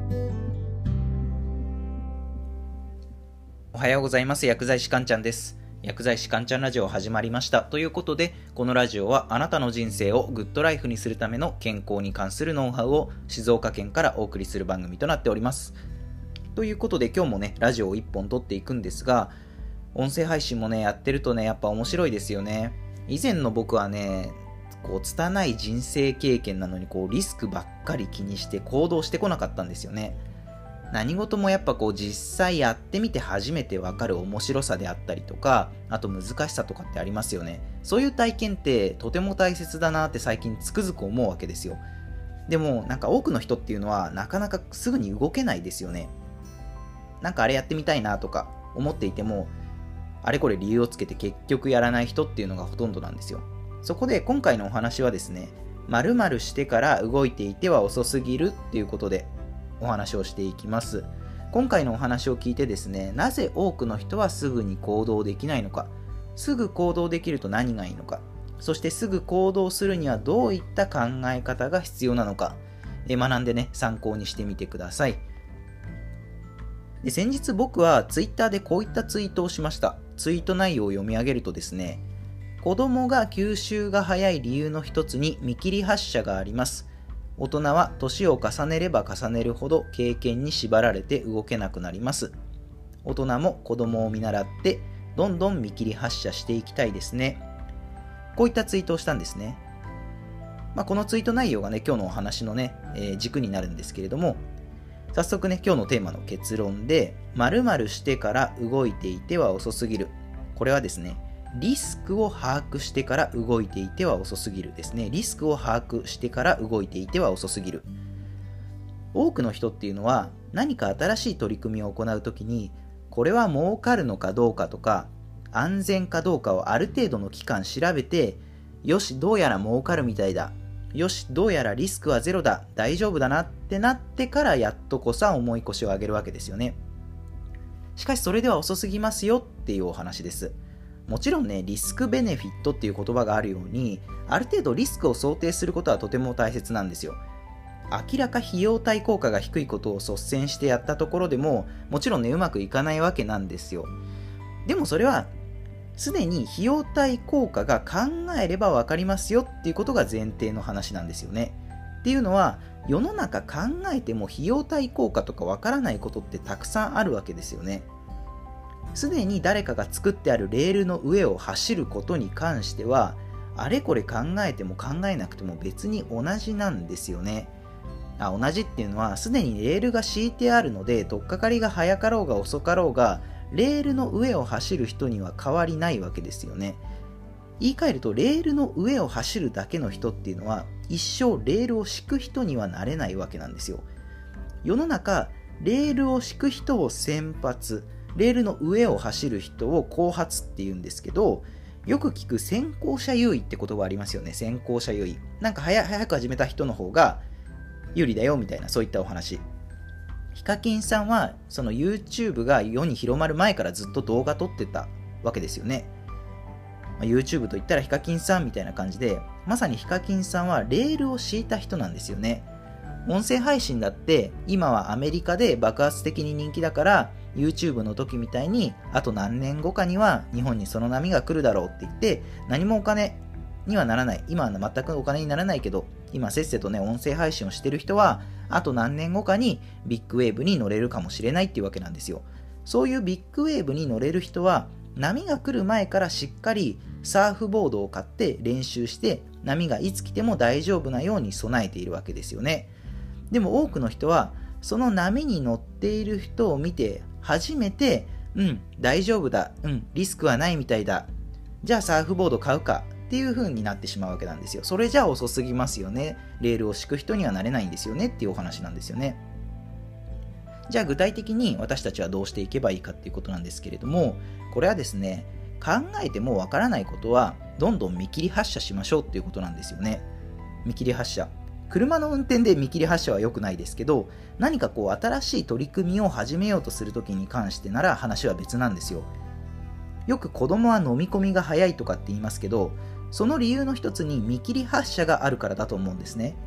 おはようございます。薬剤師かんちゃんです。薬剤師かんちゃんラジオ始まりました。ということで、このラジオはあなたの人生をグッドライフにするための健康に関するノウハウを静岡県からお送りする番組となっております。ということで、今日もね、ラジオを1本撮っていくんですが、音声配信もね、やってるとね、やっぱ面白いですよね。以前の僕はね、拙い人生経験なのにリスクばっかり気にして行動してこなかったんですよね。何事もやっぱ実際やってみて初めてわかる面白さであったりとか、あと難しさとかってありますよね。そういう体験ってとても大切だなって最近つくづく思うわけですよ。でも多くの人っていうのはなかなかすぐに動けないですよね。あれやってみたいなとか思っていても、あれこれ理由をつけて結局やらない人っていうのがほとんどなんですよ。そこで今回のお話はですね、〇〇してから動いていては遅すぎるっていうことでお話をしていきます。今回のお話を聞いてですね、なぜ多くの人はすぐに行動できないのか、すぐ行動できると何がいいのか、そしてすぐ行動するにはどういった考え方が必要なのか、学んでね、参考にしてみてください。で、先日僕はツイッターでこういったツイートをしました。ツイート内容を読み上げるとですね、子供が吸収が早い理由の一つに見切り発車があります。大人は年を重ねれば重ねるほど経験に縛られて動けなくなります。大人も子供を見習ってどんどん見切り発車していきたいですね。こういったツイートをしたんですね。このツイート内容がね、今日のお話のね、軸になるんですけれども、早速ね、今日のテーマの結論で、〇〇してから動いていては遅すぎる。これはですね、リスクを把握してから動いていては遅すぎるですね。リスクを把握してから動いていては遅すぎる。多くの人っていうのは何か新しい取り組みを行うときに、これは儲かるのかどうかとか、安全かどうかをある程度の期間調べて、よし、どうやら儲かるみたいだ。よし、どうやらリスクはゼロだ。大丈夫だなってなってからやっとこさ重い腰を上げるわけですよね。しかしそれでは遅すぎますよっていうお話です。もちろんね、リスクベネフィットっていう言葉があるように、ある程度リスクを想定することはとても大切なんですよ。明らか費用対効果が低いことを率先してやったところでも、もちろんね、うまくいかないわけなんですよ。でもそれは、すでに費用対効果が考えればわかりますよっていうことが前提の話なんですよね。っていうのは、世の中考えても費用対効果とかわからないことってたくさんあるわけですよね。すでに誰かが作ってあるレールの上を走ることに関しては、あれこれ考えても考えなくても別に同じなんですよね。同じっていうのは、すでにレールが敷いてあるので、取っかかりが早かろうが遅かろうが、レールの上を走る人には変わりないわけですよね。言い換えると、レールの上を走るだけの人っていうのは、一生レールを敷く人にはなれないわけなんですよ。世の中、レールを敷く人を先発、レールの上を走る人を後発って言うんですけど、よく聞く先行者優位って言葉ありますよね。先行者優位。早く始めた人の方が有利だよみたいな、そういったお話。ヒカキンさんはその YouTube が世に広まる前からずっと動画撮ってたわけですよね。YouTube と言ったらヒカキンさんみたいな感じで、まさにヒカキンさんはレールを敷いた人なんですよね。音声配信だって今はアメリカで爆発的に人気だから、YouTube の時みたいにあと何年後かには日本にその波が来るだろうって言って、何もお金にはならない、今は全くお金にならないけど、今せっせとね音声配信をしてる人はあと何年後かにビッグウェーブに乗れるかもしれないっていうわけなんですよ。そういうビッグウェーブに乗れる人は、波が来る前からしっかりサーフボードを買って練習して、波がいつ来ても大丈夫なように備えているわけですよね。でも多くの人はその波に乗っている人を見て初めて、大丈夫だ、リスクはないみたいだ、じゃあサーフボード買うかっていう風になってしまうわけなんですよ。それじゃあ遅すぎますよね。レールを敷く人にはなれないんですよねっていうお話なんですよね。じゃあ具体的に私たちはどうしていけばいいかっていうことなんですけれども、これはですね、考えてもわからないことはどんどん見切り発車しましょうっていうことなんですよね。見切り発車。車の運転で見切り発車は良くないですけど、何か新しい取り組みを始めようとするときに関してなら話は別なんですよ。よく子供は飲み込みが早いとかって言いますけど、その理由の一つに見切り発車があるからだと思うんですね。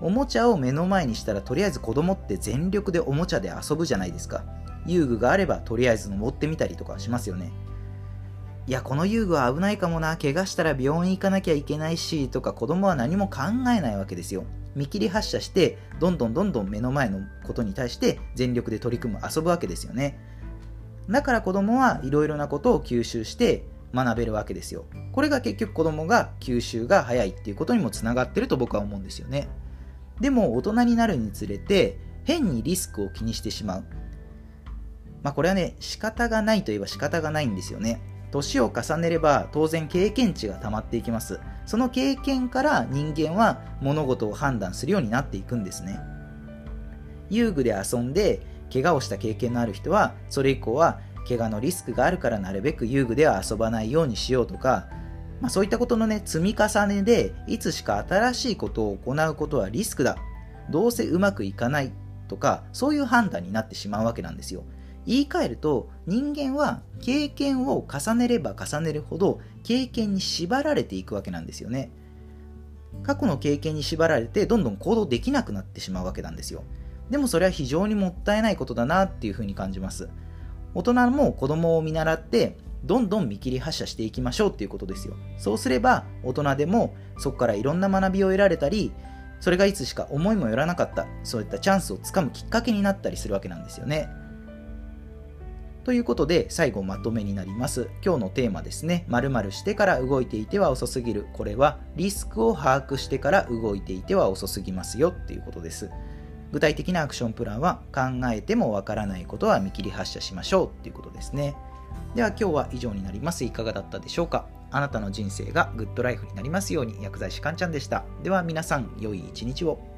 おもちゃを目の前にしたらとりあえず子供って全力でおもちゃで遊ぶじゃないですか。遊具があればとりあえず登ってみたりとかしますよね。いやこの遊具は危ないかもな、怪我したら病院行かなきゃいけないしとか子供は何も考えないわけですよ。見切り発車してどんどん目の前のことに対して全力で取り組む、遊ぶわけですよね。だから子供はいろいろなことを吸収して学べるわけですよ。これが結局子供が吸収が早いっていうことにもつながってると僕は思うんですよね。でも大人になるにつれて変にリスクを気にしてしまう。これはね、仕方がないといえば仕方がないんですよね。年を重ねれば当然経験値が溜まっていきます。その経験から人間は物事を判断するようになっていくんですね。遊具で遊んで怪我をした経験のある人はそれ以降は怪我のリスクがあるからなるべく遊具では遊ばないようにしようとか、そういったことのね積み重ねでいつしか新しいことを行うことはリスクだ、どうせうまくいかないとか、そういう判断になってしまうわけなんですよ。言い換えると人間は経験を重ねれば重ねるほど経験に縛られていくわけなんですよね。過去の経験に縛られてどんどん行動できなくなってしまうわけなんですよ。でもそれは非常にもったいないことだなっていうふうに感じます。大人も子供を見習ってどんどん見切り発車していきましょうっていうことですよ。そうすれば大人でもそこからいろんな学びを得られたり、それがいつしか思いもよらなかったそういったチャンスをつかむきっかけになったりするわけなんですよね。ということで最後まとめになります。今日のテーマですね。〇〇してから動いていては遅すぎる。これはリスクを把握してから動いていては遅すぎますよっていうことです。具体的なアクションプランは考えてもわからないことは見切り発車しましょうっていうことですね。では今日は以上になります。いかがだったでしょうか。あなたの人生がグッドライフになりますように。薬剤師かんちゃんでした。では皆さん良い一日を。